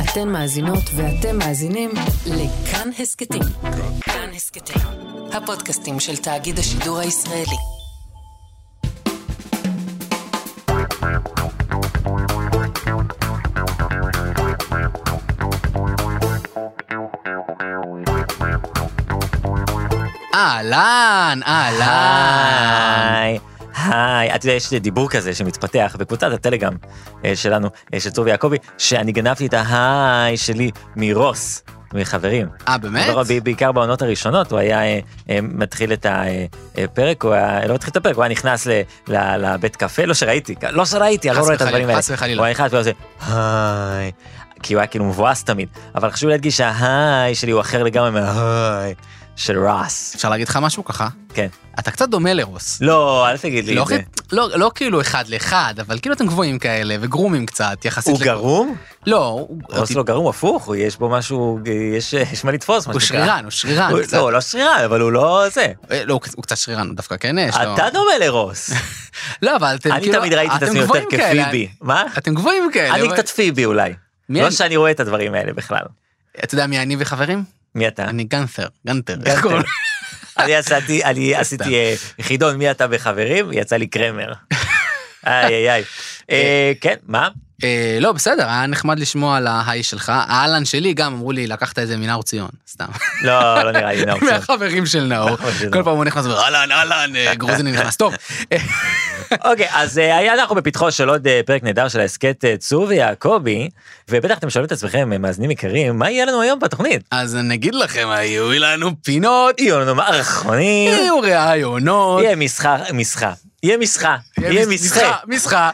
אתן מאזינות ואתם מאזינים לכאן הסקטים. כאן הסקטים, הפודקאסטים של תאגיד השידור הישראלי. אהלן, אהלן. היי, אתה יודע, יש דיבור כזה שמתפתח בקבוצת הטלגרם שלנו, של צור ויעקבי, שאני גנבתי את ההיי שלי מרוס, מחברים. באמת? בעיקר בעונות הראשונות, הוא היה מתחיל את הפרק, הוא לא התחיל את הפרק, הוא היה נכנס לבית קפה, לא שראיתי, אני לא רואה את הדברים האלה. חס וחלילה. הוא היה נכנס ועושה, היי, כי הוא היה כאילו מבואס תמיד, אבל חשוב להדגיש שההיי שלי הוא אחר לגמרי מההיי של רוס. אפשר להגיד לך משהו ככה? כן. אתה קצת דומה לרוס. לא, אל תגיד לי את זה. לא כאילו אחד לאחד, אבל כאילו אתם גבוהים כאלה, וגרומים קצת, יחסית... הוא גרום? לא. רוס לא גרום, הפוך, יש בו משהו, יש מה לתפוס. הוא שרירן, הוא שרירן. לא, לא שרירן, אבל הוא לא זה. לא, הוא קצת שרירן, דווקא כן יש לו... אתה דומה לרוס. לא, אבל אתם כאילו... אני תמיד ראיתי את עצמי יותר כפיבי. מה? אתם גבוהים כאלה. אני קצת פיבי אולי. לא שאני רואה את הדברים האלה בכלל. אתה יודע מי אני וחברים? מי אתה? אני גנטר. אני עשיתי חידון מי אתה בחברים, יצא לי קרמר. איי. כן, מה? לא, בסדר, היה נחמד לשמוע על ההיי שלך. האלן שלי גם אמרו לי, לקחת איזה מנאור ציון, סתם. לא נראה לי נאור ציון. מהחברים של נאור. כל פעם הוא נכנס ואומר, אהלן, גרוזיני נכנס, טוב. אוקיי, אז אנחנו בפתחו של עוד פרק נהדר של ההסקט צור ויעקבי, ובטח אתם שואלים את עצמכם, מאזינים יקרים, מה יהיה לנו היום בתוכנית? אז נגיד לכם, יהיו לנו פינות, יהיו לנו מערכונים, יהיו ראיונות, יהיה משחה.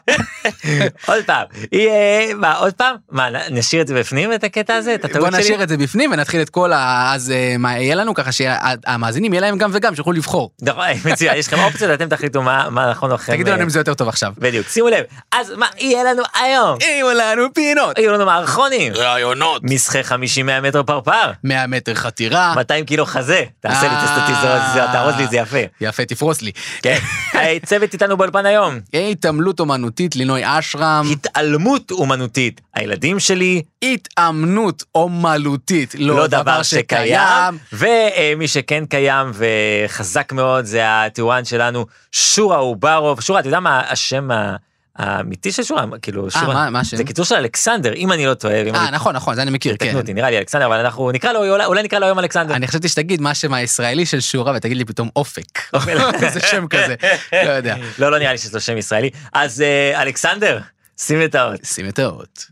עוד פעם? מה, נשאיר את זה בפנים, את הקטע הזה? בוא נשאיר את זה בפנים ונתחיל את כל אז מה יהיה לנו ככה שהמאזינים יהיה להם גם וגם שיוכלו לבחור. מצוין, יש לכם אופציות, אתם תחליטו מה נכון לכם. תגידו לנו אם זה יותר טוב עכשיו. בדיוק, שימו לב. אז מה יהיה לנו היום? יהיו לנו פינות. יהיו לנו מערכונים. ראיונות. משחי 50-100 מטר פרפר. 100 מטר חתירה. 200 קילו חזה. תעשה לי תארוז לי, זה יפה. יפה, תפרוס לי. כן. צוות איתנו באולפן היום. התעמלות אומנותית, לינוי אשרם. התעלמות אומנותית. הילדים שלי. התאמנות אומלותית. לא דבר שקיים. ומי שכן קיים וחזק מאוד זה הטיורן שלנו, שורה אוברוב. שורה, אתה יודע מה השם האמיתי של שורה? כאילו, שורה. מה השם? זה קיצור של אלכסנדר, אם אני לא טועה. נכון, זה אני מכיר, כן. תקנו אותי, נראה לי אלכסנדר, אבל אנחנו נקרא לו, אולי נקרא לו היום אלכסנדר. אני חשבתי שתגיד מה השם הישראלי של שורה, ותגיד לי פתאום אופק. זה שם כזה, לא יודע. לא נראה לי שזה שם ישראלי. אז אלכסנדר, שים את האות. שים את האות.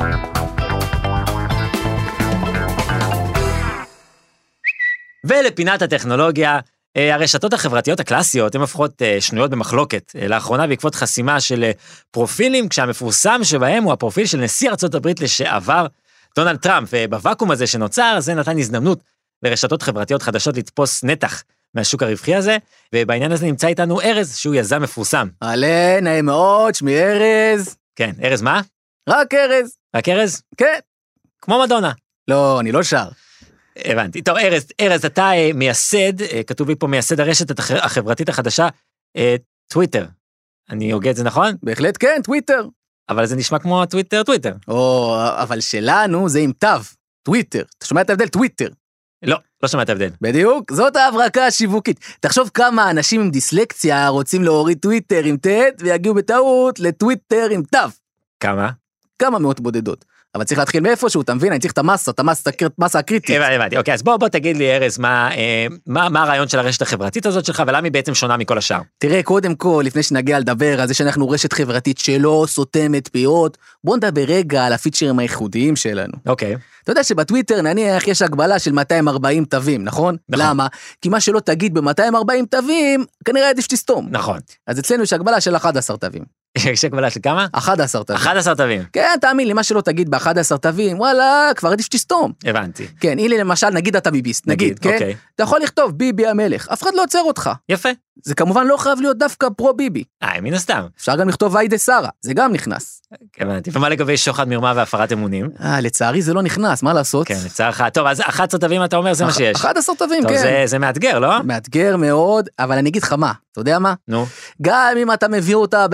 ולפינת הטכנולוגיה, הרשתות החברתיות הקלאסיות הן הופכות שנויות במחלוקת. לאחרונה בעקבות חסימה של פרופילים, כשהמפורסם שבהם הוא הפרופיל של נשיא ארצות הברית לשעבר, דונלד טראמפ, ובוואקום הזה שנוצר, זה נתן הזדמנות לרשתות חברתיות חדשות לתפוס נתח מהשוק הרווחי הזה, ובעניין הזה נמצא איתנו ארז, שהוא יזם מפורסם. נעים מאוד, שמי ארז. כן, ארז מה? רק ארז. רק ארז? כן. כמו מדונה. לא, אני לא שר. הבנתי. טוב, ארז, אתה מייסד, כתוב לי פה מייסד הרשת החברתית החדשה, טוויטר. אני הוגה את זה נכון? בהחלט כן, טוויטר. אבל זה נשמע כמו טוויטר. אבל שלנו זה עם תו, טוויטר. אתה שומע את ההבדל? טוויטר. לא שמע את ההבדל. בדיוק, זאת ההברקה השיווקית. תחשוב כמה אנשים עם דיסלקציה רוצים להוריד טוויטר עם ט' ויגיעו בטעות לטוויטר עם תו. כמה? כמה מאות בודדות. אבל צריך להתחיל מאיפשהו, אתה מבין? אני צריך את המסה הקריטית. הבנתי, אוקיי, אז בוא תגיד לי, ארז, מה הרעיון של הרשת החברתית הזאת שלך, ולמה היא בעצם שונה מכל השאר? תראה, קודם כל, לפני שנגיע לדבר על זה שאנחנו רשת חברתית שלא סותמת פיות, בוא נדבר רגע על הפיצ'רים הייחודיים שלנו. אוקיי. אתה יודע שבטוויטר נניח יש הגבלה של 240 תווים, נכון? למה? כי מה שלא תגיד ב-240 תווים, כנראה עדיף שתסתום. נכון. אז אצלנו יש הגבלה של 11 תווים. יש הגבלה של כמה? 11 תווים. 11 תווים. כן, תאמין לי, מה שלא תגיד ב-11 תווים, וואלה, כבר עדיף שתסתום. הבנתי. כן, הנה למשל, נגיד אתה ביביסט, נגיד, כן? אוקיי. אתה יכול לכתוב ביבי המלך, אף אחד לא עוצר אותך. יפה. זה כמובן לא חייב להיות דווקא פרו ביבי. מן הסתם. אפשר גם לכתוב ויידה שרה, זה גם נכנס. הבנתי. ומה לגבי שוחד מרמה והפרת אמונים? לצערי זה לא נכנס, מה לעשות? כן, לצערך. טוב, אז 11 תווים אתה אומר, זה מה שיש. 11 תווים, כן. כן. זה מאתגר, לא? מאתגר מאוד, אבל אני אגיד לך מה, אתה יודע מה? נו. גם אם אתה מביא אותה ב-11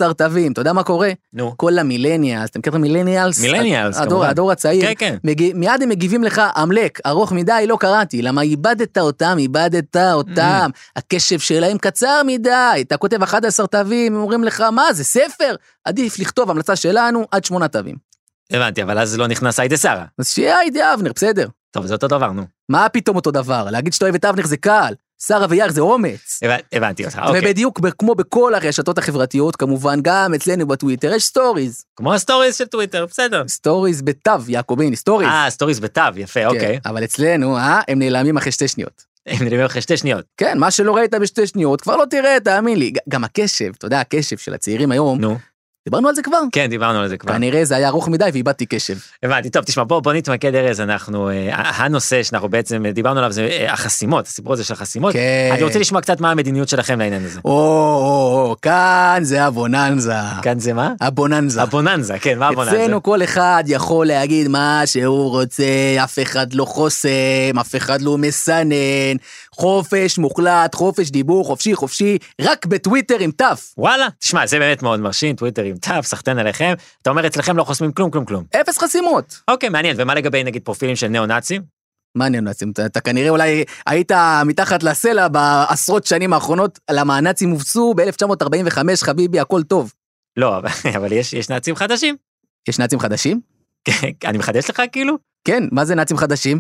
11 תווים, אתה יודע מה קורה? נו. כל המילניאלס, אתה מכיר את המילניאלס? מילניאלס, כמובן. הדור הצעיר. כן, כן. מיד הם מגיבים לך, עמלק, ארוך מדי, לא קראתי, למה איבדת אותם, הקשב שלהם קצר מדי, אתה כותב 11 תווים, הם אומרים לך, מה זה, ספר? עדיף לכתוב המלצה שלנו עד 8 תווים. הבנתי, אבל אז לא נכנס היידה שרה. אז שיהיה היידה אבנר, בסדר. טוב, זה אותו דבר, נו. מה פתאום אותו דבר? להגיד שאתה אוהב את אבנר זה קל, שרה ויער זה אומץ. הבנתי אותך, אוקיי. ובדיוק כמו בכל הרשתות החברתיות, כמובן גם אצלנו בטוויטר, יש סטוריז. כמו הסטוריז של טוויטר, בסדר. סטוריז בתו, יעקובין, סטוריז. סטוריז בתו, יפה, אוקיי. אבל אצלנו, הם נעלמים אחרי 2 שניות. הם נעלמים אחרי 2 שניות. כן, מה שלא ראית ב2 שניות, כבר לא תראה, תאמין לי. גם הקשב, אתה יודע, הקשב של הצעירים היום, נו. דיברנו על זה כבר? כן, דיברנו על זה כבר. כנראה זה היה ארוך מדי ואיבדתי קשב. הבנתי, טוב, תשמע, בוא נתמקד ארז, הנושא שאנחנו בעצם דיברנו עליו זה החסימות, הסיפור הזה של החסימות. כן. אני רוצה לשמוע קצת מה המדיניות שלכם לעניין הזה. כאן זה הבוננזה. כאן זה מה? הבוננזה. הבוננזה, כן, מה הבוננזה? אצלנו כל אחד יכול להגיד מה שהוא רוצה, אף אחד לא חוסם, אף אחד לא מסנן, חופש מוחלט, חופש דיבור, חופשי, רק בטוויטר עם תף. וואלה, תשמע, זה באמת מאוד מרשים, טוויטר עם תף, סחטן עליכם, אתה אומר אצלכם לא חוסמים כלום. 0 חסימות. אוקיי, מעניין, ומה לגבי נגיד פרופילים של ניאו-נאצים? מה ניאו-נאצים? אתה כנראה אולי היית מתחת לסלע בעשרות שנים האחרונות, למה הנאצים הובסו ב-1945, חביבי, הכל טוב. לא, אבל יש נאצים חדשים. יש נאצים חדשים? אני מחדש לך כאילו? כן, מה זה נאצים חדשים?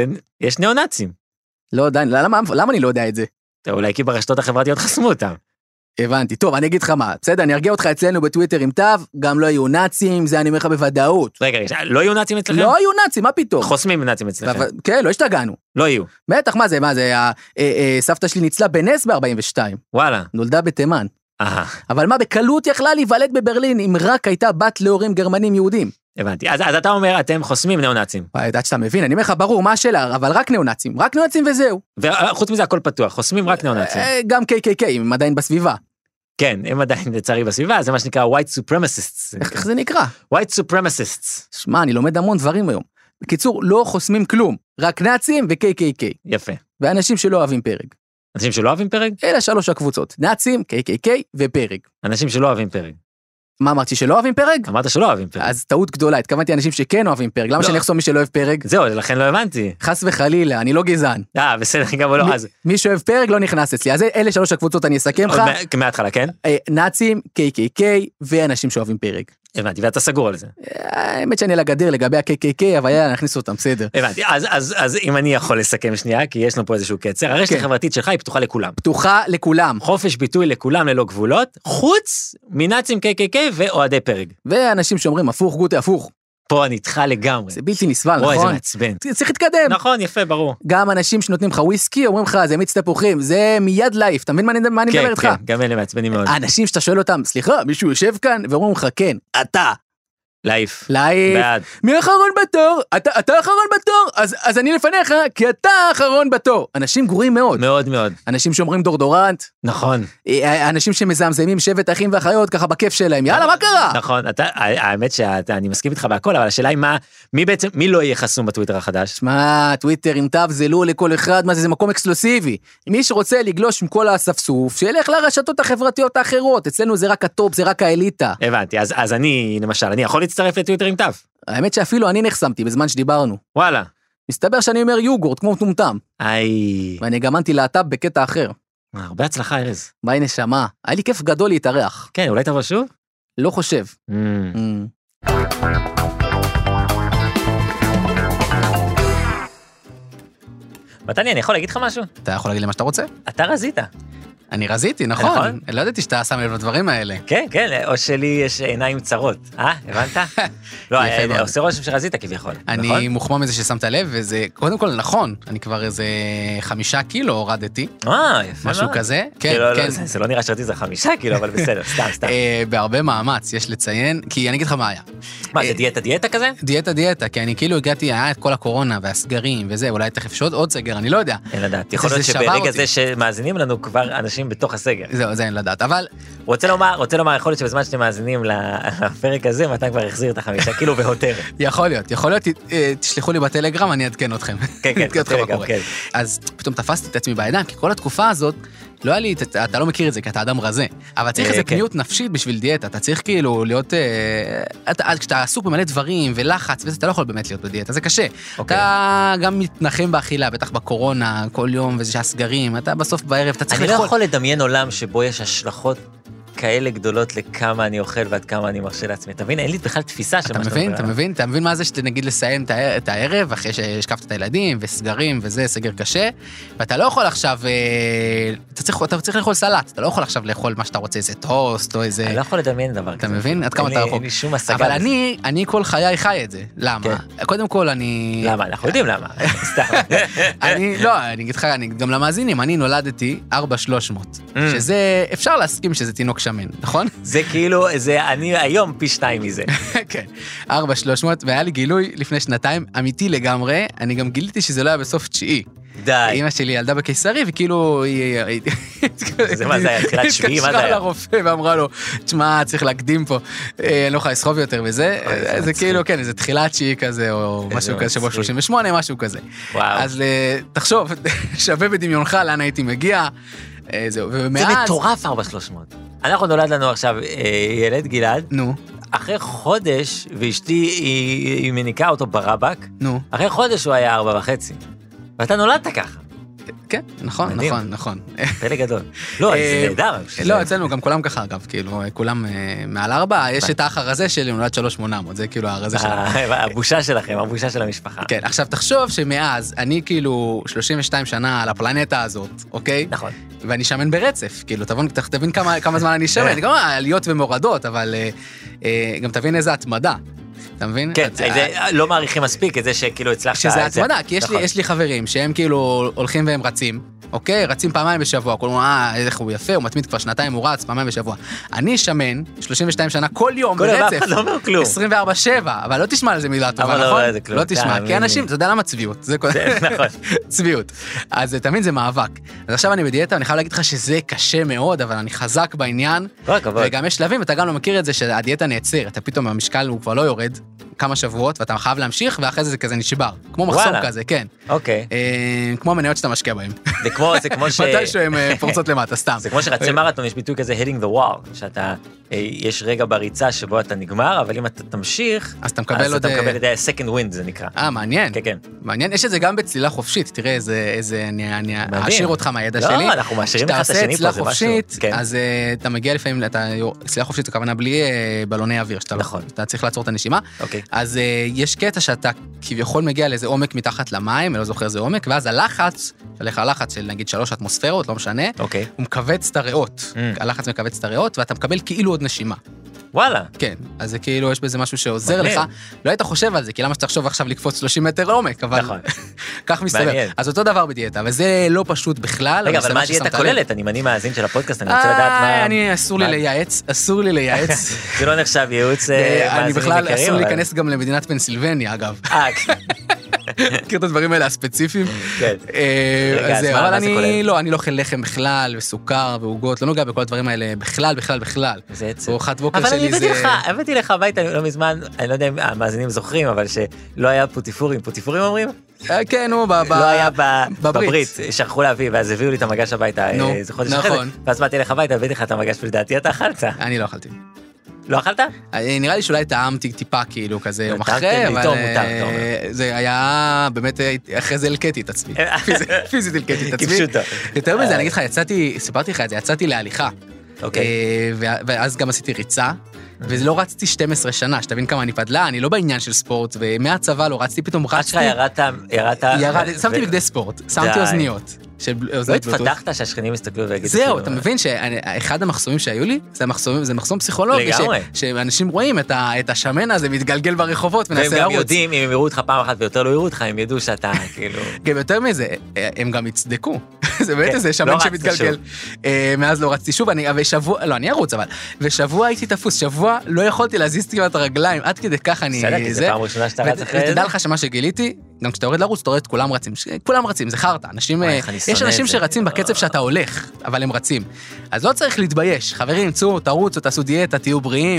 יש ניאו-נאצים. לא יודע, למה אני לא יודע את זה? אולי כי ברשתות החברתיות חסמו אותם. הבנתי, טוב, אני אגיד לך מה, בסדר, אני ארגיע אותך אצלנו בטוויטר עם תו, גם לא יהיו נאצים, זה אני אומר לך בוודאות. רגע, לא יהיו נאצים אצלכם? לא יהיו נאצים, מה פתאום? חוסמים נאצים אצלכם. כן, לא השתגענו. לא יהיו. בטח, מה זה, סבתא שלי ניצלה בנס ב-42. וואלה. נולדה בתימן. אבל מה, בקלות יכלה להיוולד בברלין, אם רק הייתה בת להורים גרמנים יהודים. הבנתי, אז אתה אומר, אתם חוסמים ניאו-נאצים. עד שאתה מבין, אני אומר לך, ברור, מה השאלה, אבל רק ניאו-נאצים וזהו. וחוץ מזה הכל פתוח, חוסמים רק ניאו-נאצים. גם KKK, הם עדיין בסביבה. כן, הם עדיין לצערי בסביבה, זה מה שנקרא white supremacists. איך זה נקרא? white supremacists. שמע, אני לומד המון דברים היום. בקיצור, לא חוסמים כלום, רק נאצים ו-KKK. יפה. ואנשים שלא אוהבים פרק. אנשים שלא אוהבים פרק? אלה 3 הקבוצות, נאצים, KKK ופרק. אנשים שלא אוהבים פרק. מה אמרתי, שלא אוהבים פרק? אמרת שלא אוהבים פרק. אז טעות גדולה, התכוונתי אנשים שכן אוהבים פרק, למה שאני אחסום מי שלא אוהב פרק? זהו, לכן לא הבנתי. חס וחלילה, אני לא גזען. בסדר, גם לא, אז... מי שאוהב פרק לא נכנס אצלי, אז אלה 3 הקבוצות אני אסכם לך. מההתחלה, כן? נאצים, KKK ואנשים שאוהבים פרק. הבנתי, ואתה סגור על זה. האמת שאני על הגדר לגבי ה-KKK, אבל יאללה, נכניס אותם, בסדר. הבנתי, אז אם אני יכול לסכם שנייה, כי יש לנו פה איזשהו קצר, הרשת החברתית שלך היא פתוחה לכולם. פתוחה לכולם. חופש ביטוי לכולם ללא גבולות, חוץ מנאצים KKK ואוהדי פרק. ואנשים שאומרים, הפוך גוטה, הפוך. פה אני איתך לגמרי. זה בלתי נסבל, נכון? אוי, זה מעצבן. צריך להתקדם. נכון, יפה, ברור. גם אנשים שנותנים לך וויסקי, אומרים לך, זה מיץ תפוחים, זה מיד לייף, אתה מבין מה אני מדבר איתך? כן, גם אלה מעצבנים מאוד. האנשים שאתה שואל אותם, סליחה, מישהו יושב כאן, ואומרים לך, כן, אתה. לייף. בעד. מי האחרון בתור? אתה האחרון בתור? אז אני לפניך, כי אתה האחרון בתור. אנשים גרועים מאוד. מאוד מאוד. אנשים שאומרים דורדורנט. נכון. אנשים שמזמזמים שבט אחים ואחיות ככה בכיף שלהם. יאללה, מה קרה? נכון, האמת שאני מסכים איתך בהכל, אבל השאלה היא מי לא יהיה חסום בטוויטר החדש? שמע, טוויטר עם תו זה לא לכל אחד, מה זה מקום אקסקלוסיבי. מי שרוצה לגלוש עם כל האספסוף, שילך לרשתות החברתיות האחרות. אצלנו זה רק הטופ, זה רק האליטה. הבנתי, אז אני, למשל, אני יכול להצטרף לטוויטר עם תו. האמת שאפילו אני נחסמתי בזמן שדיברנו. וואלה. מסתבר שאני אומר יוגורט, כמו מטומטם. ואני גם אנטי-להט"ב בקטע אחר. הרבה הצלחה, ארז. ביי נשמה, היה לי כיף גדול להתארח. כן, אולי תבוא שוב? לא חושב. מתני, אני יכול להגיד לך משהו? אתה יכול להגיד לי מה שאתה רוצה? אתה רזית. אני רזיתי, נכון. לא ידעתי שאתה שם לב לדברים האלה. כן, כן, או שלי יש עיניים צרות. הבנת? לא, עושה רושם שרזית כביכול. אני מוחמא מזה ששמת לב, וזה קודם כל נכון. אני כבר איזה 5 קילו הורדתי. יפה מאוד. משהו כזה. כן, כן. זה לא נראה שרתי זה 5 קילו, אבל בסדר, סתם. בהרבה מאמץ, יש לציין, כי אני אגיד לך מה היה. מה, זה דיאטה כזה? דיאטה, כי אני כאילו הגעתי, היה את כל הקורונה והסגרים וזה, אולי תכף יש עוד סגר, אני לא יודע. אין לדעת, יכול להיות שברגע זה שמאזינים לנו כבר אנשים בתוך הסגר. זהו, זה אין לדעת, אבל... רוצה לומר, יכול להיות שבזמן שאתם מאזינים לפרק הזה, מתן כבר החזיר את 5 קילו בהותר. יכול להיות, תשלחו לי בטלגרם, אני אעדכן אתכם. כן, טלגרם, כן. אז פתאום תפסתי את עצמי בידיים, כי כל התקופה הזאת, לא היה לי, אתה לא מכיר את זה, כי אתה אדם רזה, אבל צריך איזה פניות נפשית בשביל דיאטה, אתה צריך כאילו להיות, כשאתה עסוק במלא דברים ולחץ, וזה, אתה לא יכול באמת להיות בדיאטה, זה קשה. אתה גם מתנחם באכילה, בטח בקורונה, כל יום, וזה שהסגרים, אתה בסוף בערב, אתה צריך לאכול. אני לא יכול לדמיין עולם שבו יש השלכות כאלה גדולות לכמה אני אוכל ועד כמה אני מרשה לעצמי. אתה מבין? אין לי בכלל תפיסה של מה שאתה אומר. אתה מבין מה זה שנגיד לסיים את הערב, אחרי שהשקפת את הילדים, וסגרים, וזה סגר קשה, ואתה לא יכול עכשיו, אתה צריך לאכול סלט, אתה לא יכול עכשיו לאכול מה שאתה רוצה, איזה טוסט או איזה... אני לא יכול לדמיין דבר כזה. אתה מבין? עד כמה אתה רחוק. אין לי שום השגה. אבל אני כל חיי חי את זה. למה? קודם כל אני... למה? אנחנו יודעים למה. סתם. אני אגיד לך, גם למאזינים, אני נולדתי 4,300, שזה, אפשר להסכים שזה תינוק שמן, נכון? זה כאילו, אני היום פי 2 מזה. כן, 4,300, והיה לי גילוי לפני שנתיים, אמיתי לגמרי, אני גם גיליתי שזה לא היה בסוף 9. די. אמא שלי ילדה בקיסרי, וכאילו, זה מה זה היה, תחילת 7, מה זה היה? התקשרה לרופא ואמרה לו, תשמע, צריך להקדים פה, אני לא יכולה לסחוב יותר וזה, זה כאילו, כן, זה תחילת 9 כזה, או משהו כזה, שבוע 38, משהו כזה. אז תחשוב, שווה בדמיונך לאן הייתי מגיע, זהו, ומאז... זה מטורף 4,300. אנחנו נולד לנו עכשיו ילד גלעד. נו. אחרי חודש, ואשתי היא מניקה אותו ברבק. נו. אחרי חודש הוא היה 4.5. ואתה נולדת ככה. כן, נכון. פלא גדול. לא, זה נהדר. לא, אצלנו גם כולם ככה, אגב, כאילו, כולם מעל 4, יש את האח הרזה שלי, נולד 3,800, זה כאילו הרזה שלנו. הבושה שלכם, הבושה של המשפחה. כן, עכשיו תחשוב שמאז, אני כאילו 32 שנה על הפלנטה הזאת, אוקיי? נכון. ואני שמן ברצף, כאילו, תבין כמה זמן אני שמן, גם עליות ומורדות, אבל גם תבין איזה התמדה. אתה מבין? כן, לא מעריכים מספיק את זה שכאילו הצלחת... שזה התמדה, כי יש לי חברים שהם כאילו הולכים והם רצים, אוקיי? רצים פעמיים בשבוע, כולם אומרים, איך הוא יפה, הוא מתמיד כבר 2 הוא רץ, פעמיים בשבוע. אני שמן, 32 שנה, כל יום ברצף, 24/7, אבל לא תשמע על זה מילה טובה, נכון? לא תשמע, כי אנשים, אתה יודע למה צביעות, זה צביעות. אז תמיד זה מאבק. אז עכשיו אני בדיאטה, אני חייב להגיד לך שזה קשה מאוד, אבל אני חזק בעניין, וגם יש שלבים, אתה גם לא מכיר את זה שהדיאטה נעצר, אתה פתאום המשקל הוא כבר לא יורד כמה שבועות, ואתה חייב להמשיך, ואחרי זה כזה נשבר. כמו מחסום כזה, כן. אוקיי. כמו המניות שאתה משקיע בהם. זה כמו ש... מתי שהן פורצות למטה, סתם. זה כמו שרצי מרתון, יש ביטוי כזה hitting the wall, שאתה, יש רגע בריצה שבו אתה נגמר, אבל אם אתה תמשיך, אז אתה מקבל עוד... second wind זה נקרא. מעניין. כן. מעניין, יש את זה גם בצלילה חופשית, תראה איזה, אני אעשיר אותך מהידע שלי. לא, אנחנו מעשירים לך את השני פה, זה משהו. אז אתה מגיע לפעמים, צלילה חופשית זה כוונה בלי בלוני אוויר, שאתה צריך לעצור את הנשימה. אז יש קטע שאתה כביכול מגיע לאיזה עומק מתחת למים, אני לא זוכר איזה עומק, ואז הלחץ, הלחץ של נגיד 3 אטמוספירות, לא משנה, הוא מכווץ את הריאות. הלחץ מכווץ את הריאות, ואתה מקבל כאילו עוד נשימה. וואלה. כן, אז זה כאילו, יש בזה משהו שעוזר לך. לא היית חושב על זה, כי למה שתחשוב עכשיו לקפוץ 30 מטר לעומק, אבל כך מסתבר. אז אותו דבר בדיאטה, וזה לא פשוט בכלל. רגע, אבל מה הדיאטה כוללת? אני מאזין של הפודקאסט, אני רוצה לדעת מה... אסור לי לייעץ. זה לא נחשב ייעוץ מאזינים יקרים. בכלל אסור להיכנס גם למדינת פנסילבניה, אגב. מכיר את הדברים האלה הספציפיים. כן. אבל אני לא אוכל לחם בכלל, וסוכר, ועוגות, לא נוגע בכל הדברים האלה בכלל. זה עצם. אבל אני הבאתי לך הביתה לא מזמן, אני לא יודע אם המאזינים זוכרים, אבל שלא היה פוטיפורים אומרים? כן, הוא לא היה בברית, שכחו להביא, ואז הביאו לי את המגש הביתה, זה חודש אחרי זה, ואז באתי לך הביתה, הבאתי לך את המגש, ולדעתי אתה אכלת. אני לא אכלתי. לא אכלת? נראה לי שאולי טעמתי טיפה כאילו כזה יום אחרי, אבל זה היה באמת, אחרי זה הלקטי את עצמי. פיזית הלקטי את עצמי. כפשוטו. יותר מזה, אני אגיד לך, סיפרתי לך את זה, יצאתי להליכה. ואז גם עשיתי ריצה, וזה לא רצתי 12 שנה, שתבין כמה אני פדלה, אני לא בעניין של ספורט, ומהצבא לא רצתי, פתאום רצתי... ירדת... שמתי בגדי ספורט, שמתי אוזניות. לא התפתחת שהשכנים הסתכלו ויגידו... זהו, אתה מבין שאחד המחסומים שהיו לי, זה מחסום פסיכולוגי, שאנשים רואים את השמן הזה מתגלגל ברחובות ונסה לרוץ. והם גם יודעים, אם הם יראו אותך פעם אחת ויותר לא יראו אותך, הם ידעו שאתה כאילו... גם יותר מזה, הם גם יצדקו. זה באמת איזה שמן שמתגלגל. מאז לא רצתי שוב, אני ארוץ אבל. ושבוע הייתי תפוס, שבוע לא יכולתי להזיז כמעט הרגליים, עד כדי כך אני... בסדר, כי זה פעם ראשונה שאתה רץ אחרי זה. ותדע לך שמה שגיליתי, גם כשאתה יורד לרוץ, אתה רואה את כולם רצים, זה חרטה. יש אנשים שרצים בקצב שאתה הולך, אבל הם רצים. אז לא צריך להתבייש. חברים, תרוצו, תעשו דיאטה, תהיו בריאים,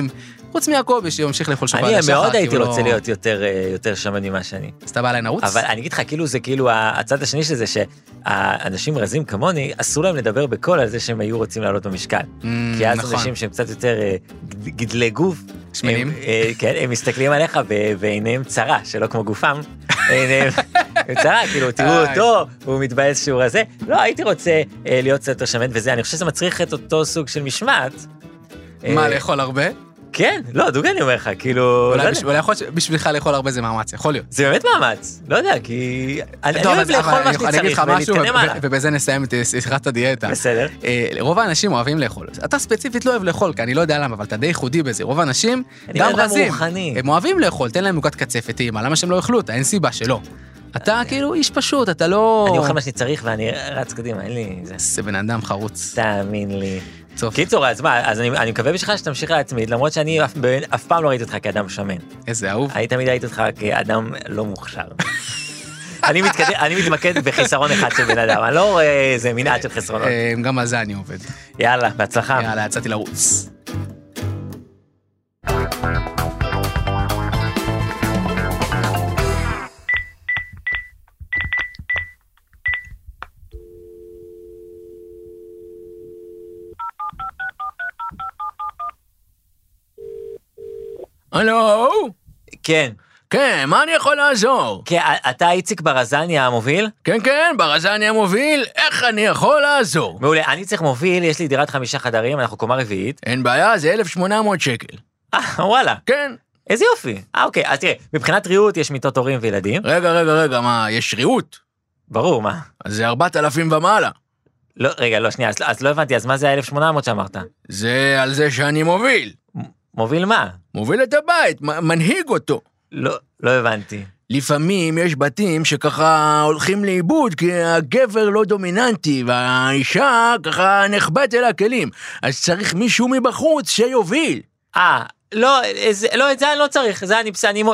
חוץ מיעקבי שימשיך לאכול שוקולד אני לשחר. מאוד הייתי כאילו רוצה לא- להיות יותר שמן ממה שאני. אז אתה בא אליי נרוץ? אבל אני אגיד לך, כאילו זה כאילו הצד השני של זה, שהאנשים רזים כמוני, אסור להם לדבר בקול על זה שהם היו רוצים לעלות במשקל. כי אז נכון. אנשים שהם קצת יותר גדלי גוף, שמנים? כן, הם מסתכלים עליך ועיניהם צרה, שלא כמו גופם, עיניהם צרה, כאילו, תראו אותו, הוא מתבאס שהוא רזה. לא, הייתי רוצה להיות קצת יותר שמן, וזה, אני חושב שזה מצריך את אותו סוג של משמעת. מה, לאכול הרבה? כן, לא, דוגרי אני אומר לך, כאילו... אולי יכול להיות שבשבילך לאכול הרבה זה מאמץ, יכול להיות. זה באמת מאמץ, לא יודע, כי... אני טוב, אוהב אז לאכול מה שאני אני אגיד צריך לך משהו, ולהתקדם הלאה. ובזה נסיים את שיחת הדיאטה. בסדר. רוב האנשים אוהבים לאכול. אתה ספציפית לא אוהב לאכול, כי אני לא יודע למה, אבל אתה די ייחודי בזה. רוב האנשים, גם רזים, הם אוהבים לאכול, תן להם עוגת קצפת טעימה, למה שהם לא יאכלו אותה? אין סיבה שלא. אתה כאילו איש פשוט, אתה לא... אני אוכל מה שאני צריך ואני רץ קדימה, אין לי... זה בן אדם חרוץ. תאמין לי. טוב. קיצור, אז מה, אז אני מקווה בשבילך שתמשיך להתמיד, למרות שאני אף פעם לא ראיתי אותך כאדם שמן. איזה אהוב. אני תמיד ראיתי אותך כאדם לא מוכשר. אני מתמקד בחיסרון אחד של בן אדם, אני לא רואה איזה מנעד של חסרונות. גם על זה אני עובד. יאללה, בהצלחה. יאללה, יצאתי לרוץ. הלו? כן. כן, מה אני יכול לעזור? כן, אתה איציק ברזני המוביל? כן, כן, ברזני המוביל, איך אני יכול לעזור? מעולה, אני צריך מוביל, יש לי דירת 5 חדרים, אנחנו קומה רביעית. אין בעיה, זה 1,800 שקל. וואלה. כן. איזה יופי. אוקיי, אז תראה, מבחינת ריהוט יש מיטות הורים וילדים. רגע, מה, יש ריהוט? ברור, מה? אז זה 4,000 ומעלה. לא, רגע, לא, שנייה, אז לא הבנתי, אז מה זה ה-1,800 שאמרת? זה על זה שאני מוביל. מוביל מה? מוביל את הבית, מנהיג אותו. לא הבנתי. לפעמים יש בתים שככה הולכים לאיבוד, כי הגבר לא דומיננטי, והאישה ככה נחבט אל הכלים. אז צריך מישהו מבחוץ שיוביל. לא, את זה אני לא צריך, זה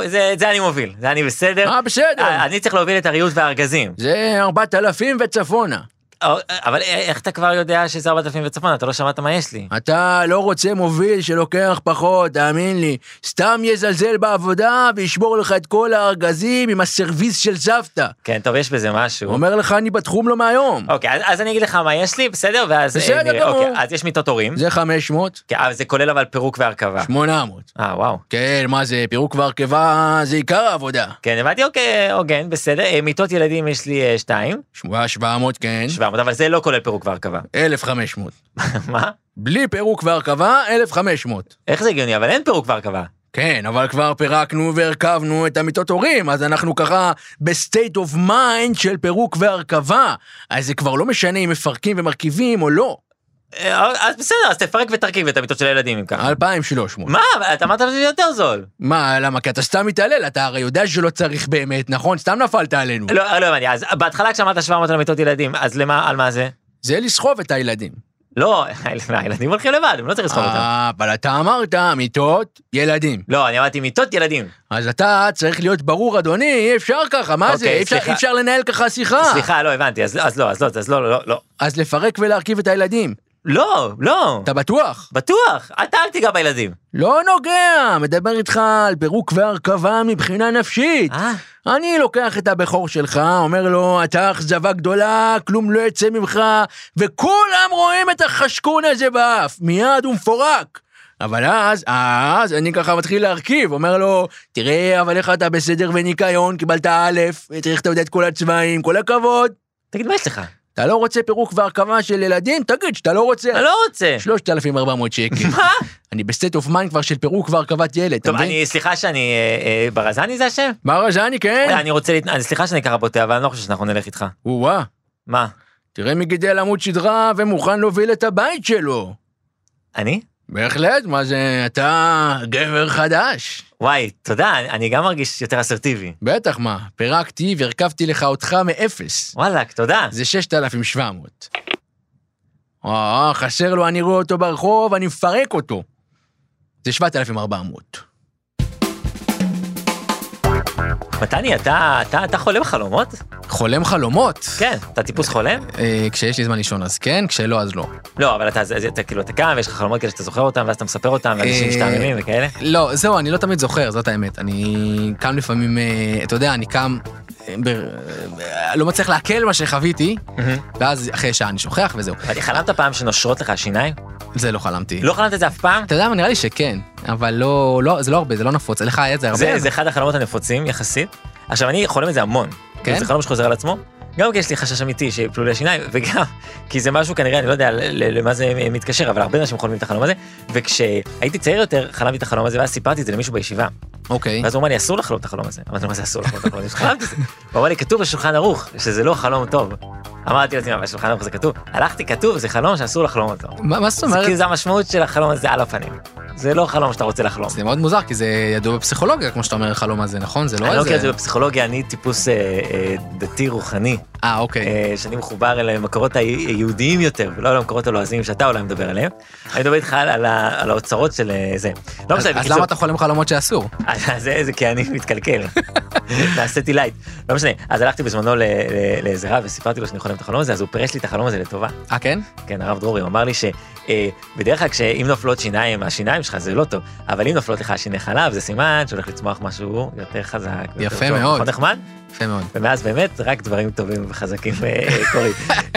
אני מוביל, זה אני בסדר. בסדר. אני צריך להוביל את הריהוט והארגזים. זה 4,000 וצפונה. אבל איך אתה כבר יודע שזה 4,000 וצפון? אתה לא שמעת מה יש לי. אתה לא רוצה מוביל שלוקח פחות, תאמין לי. סתם יזלזל בעבודה וישבור לך את כל הארגזים עם הסרוויס של סבתא. כן, טוב, יש בזה משהו. אומר לך, אני בתחום לא מהיום. אוקיי, אז אני אגיד לך מה יש לי, בסדר? בסדר גמור. אוקיי, אז יש מיטות הורים. זה 500. כן, אבל זה כולל אבל פירוק והרכבה. 800. וואו. כן, מה זה, פירוק והרכבה זה עיקר העבודה. כן, הבנתי, אוקיי, הוגן, בסדר. מיטות ילדים יש לי 2. 700, כן. 700, אבל זה לא כולל פירוק והרכבה. 1,500. מה? בלי פירוק והרכבה, 1,500. איך זה הגיוני? אבל אין פירוק והרכבה. כן, אבל כבר פירקנו והרכבנו את המיטות הורים, אז אנחנו ככה בסטייט אוף מיינד של פירוק והרכבה. אז זה כבר לא משנה אם מפרקים ומרכיבים או לא. אז בסדר, אז תפרק ותרכיב את המיטות של הילדים אם ככה. 2,300. מה? אתה אמרת שזה יותר זול. מה, למה? כי אתה סתם מתעלל, אתה הרי יודע שלא צריך באמת, נכון? סתם נפלת עלינו. לא הבנתי, אז בהתחלה כשאמרת 700 על מיטות ילדים, אז על מה זה? זה לסחוב את הילדים. לא, הילדים הולכים לבד, הם לא צריך לסחוב אותם. אבל אתה אמרת, מיטות, ילדים. לא, אני אמרתי מיטות ילדים. אז אתה צריך להיות ברור, אדוני, אי אפשר ככה, מה זה? אי אפשר לנהל ככה שיחה. סליחה, לא הבנתי, אז לא. אז לפרק ולהרכיב את הילדים. לא. אתה בטוח? בטוח, אתה אל תיגע בילדים. לא נוגע, מדבר איתך על פירוק והרכבה מבחינה נפשית. אני לוקח את הבכור שלך, אומר לו, אתה אכזבה גדולה, כלום לא יצא ממך, וכולם רואים את החשקון הזה באף, מיד הוא מפורק. אבל אז אני ככה מתחיל להרכיב, אומר לו, תראה, אבל איך אתה בסדר וניקיון, קיבלת א', צריך אתה יודע את כל הצבעים, כל הכבוד. תגיד, מה יש לך? אתה לא רוצה פירוק והרכבה של ילדים? תגיד שאתה לא רוצה. אני לא רוצה. 3,400 שקל. מה? אני בסטייט אוף מיינד כבר של פירוק והרכבת ילד. טוב, סליחה שאני... ברזני זה השם? ברזני, כן. אני רוצה... סליחה שאני ככה בוטה, אבל אני לא חושב שאנחנו נלך איתך. וואה. מה? תראה מי גידל עמוד שדרה ומוכן להוביל את הבית שלו. אני? בהחלט, מה זה, אתה גבר חדש. וואי, תודה, אני גם מרגיש יותר אסרטיבי. בטח מה, פירקתי והרכבתי לך אותך מאפס. וואלק, תודה. זה 6,700. חסר לו, אני רואה אותו ברחוב, אני מפרק אותו. זה 7,400. מתני, אתה חולה בחלומות? חולם חלומות. כן, אתה טיפוס חולם? כשיש לי זמן לישון אז כן, כשלא אז לא. לא, אבל אתה כאילו, אתה קם ויש לך חלומות כאלה שאתה זוכר אותם, ואז אתה מספר אותם, ואנשים משתעממים וכאלה? לא, זהו, אני לא תמיד זוכר, זאת האמת. אני קם לפעמים, אתה יודע, אני קם, לא מצליח להקל מה שחוויתי, ואז אחרי שעה אני שוכח וזהו. ואתה חלמת פעם שנושרות לך השיניים? זה לא חלמתי. לא חלמת את זה אף פעם? אתה יודע, נראה לי שכן, אבל לא, זה לא הרבה, זה לא נפוץ, לך היה את זה הרבה. זה אחד החלומות הנפוצים יחסית. עכשיו, אני חולם את זה המון. כן? זה חלום שחוזר על עצמו. גם כי יש לי חשש אמיתי שיפלו לי השיניים, וגם כי זה משהו כנראה, אני לא יודע למה זה מתקשר, אבל הרבה אנשים חולמים את החלום הזה, וכשהייתי צעיר יותר, חלמתי את החלום הזה, ואז סיפרתי את זה למישהו בישיבה. אוקיי. ואז הוא אמר לי, אסור לחלום את החלום הזה. אמרתי לו, מה זה אסור לחלום את החלום הזה? חלמתי את זה. הוא אמר לי, כתוב בשולחן ערוך, שזה לא חלום טוב. אמרתי לעצמי, אבל בשולחן ערוך זה כתוב. הלכתי, כתוב, זה חלום שאסור לחלום אותו. מה זאת אומרת? כי זה המשמעות של החלום הזה על הפנים. זה לא חלום שאתה רוצה לחלום. זה מאוד מוזר, כי זה ידוע בפסיכולוגיה, כמו שאתה אומר, החלום הזה, נכון? זה לא אני לא איזה... מכיר את זה בפסיכולוגיה, אני טיפוס דתי רוחני. אוקיי. שאני מחובר אל המקורות היהודיים יותר, ולא על המקורות הלועזיים שאתה אולי מדבר עליהם. אני מדבר איתך על האוצרות של זה. אז למה אתה חולם חלומות שאסור? זה כי אני מתקלקל. נעשיתי לייט. לא משנה. אז הלכתי בזמנו לאיזה רב וסיפרתי לו שאני חולם את החלום הזה, אז הוא פירש לי את החלום הזה לטובה. כן? כן, הרב דרורי, הוא אמר לי שבדרך כלל כשאם נופלות שיניים, השיניים שלך זה לא טוב, אבל אם נופלות לך שיני חלב, זה סימן שהולך לצמוח משהו יותר חזק. יפה מאוד. נחמד? יפה מאוד. ומאז באמת רק דברים טובים וחזקים קורים.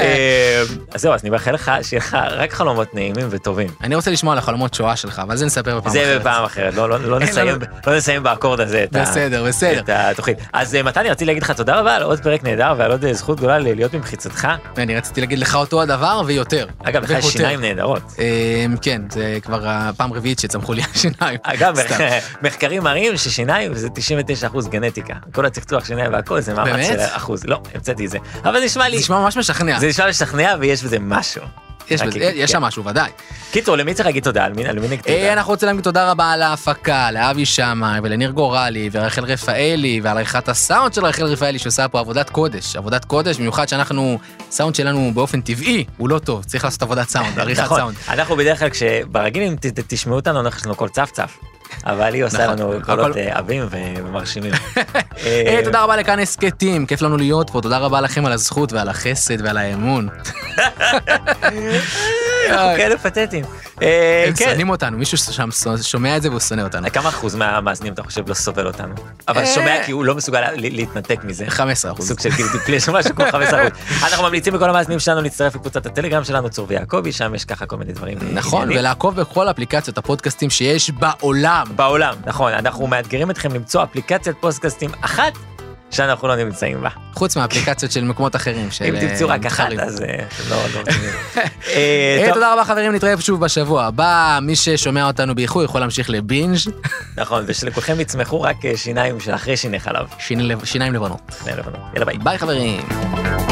אז זהו, אז אני מאחל לך שיהיה לך רק חלומות נעימים וטובים. אני רוצה לשמוע על החלומות שואה שלך, אבל זה נספר בפעם אחרת. זה בפעם אחרת, לא נסיים באקורד הזה בסדר. את התוכנית. אז מתני, רציתי להגיד לך תודה רבה על עוד פרק נהדר ועל עוד זכות גדולה להיות ממחיצתך. אני רציתי להגיד לך אותו הדבר ויותר. אגב, לך יש שיניים נהדרות. כן, זה כבר הפעם רביעית שצמחו לי השיניים. אגב, מחקרים מראים ששיניים זה 99% גנטיקה. כל הצחצוח שיניים והכל זה מאמץ של אחוז. לא, המצאתי את זה. אבל זה נשמע לי... זה נשמע ממש משכנע. זה נשמע משכנע ויש בזה משהו. יש שם משהו, ודאי. קיצור, למי צריך להגיד תודה? על מי נגיד תודה? אנחנו רוצים להגיד תודה רבה על ההפקה, לאבי שמאי ולניר גורלי ורחל רפאלי ועל עריכת הסאונד של רחל רפאלי שעושה פה עבודת קודש, במיוחד שאנחנו, סאונד שלנו באופן טבעי הוא לא טוב, צריך לעשות עבודת סאונד, עריכת סאונד. אנחנו בדרך כלל כשברגיל אם תשמעו אותנו, יש לנו קול צף. אבל היא עושה לנו קולות אבים ומרשימים. תודה רבה לכאן הסקטים, כיף לנו להיות פה, תודה רבה לכם על הזכות ועל החסד ועל האמון. אנחנו כאלה פתטים. הם שונאים אותנו, מישהו שם שומע את זה והוא שונא אותנו. כמה אחוז מהמאזינים אתה חושב לא סובל אותנו? אבל שומע כי הוא לא מסוגל להתנתק מזה. 15%. סוג של כאילו טיפלי, משהו כמו 15%. אנחנו ממליצים בכל המאזינים שלנו להצטרף לקבוצת הטלגרם שלנו, צור ויעקבי, שם יש ככה כל מיני דברים. נכון, ולעקוב בכל אפליקציות הפודקאסטים שיש בעולם. נכון, אנחנו מאתגרים אתכם למצוא אפליקציית פודקאסטים אחת שאנחנו לא נמצאים בה. חוץ מהאפליקציות של מקומות אחרים. אם תמצאו רק אחת, אז לא רוצים. תודה רבה חברים, נתראה שוב בשבוע הבא. מי ששומע אותנו באיחור יכול להמשיך לבינג'. נכון, ושלכולכם יצמחו רק שיניים של אחרי שיני חלב. שיניים לבנות. יאללה ביי. ביי חברים.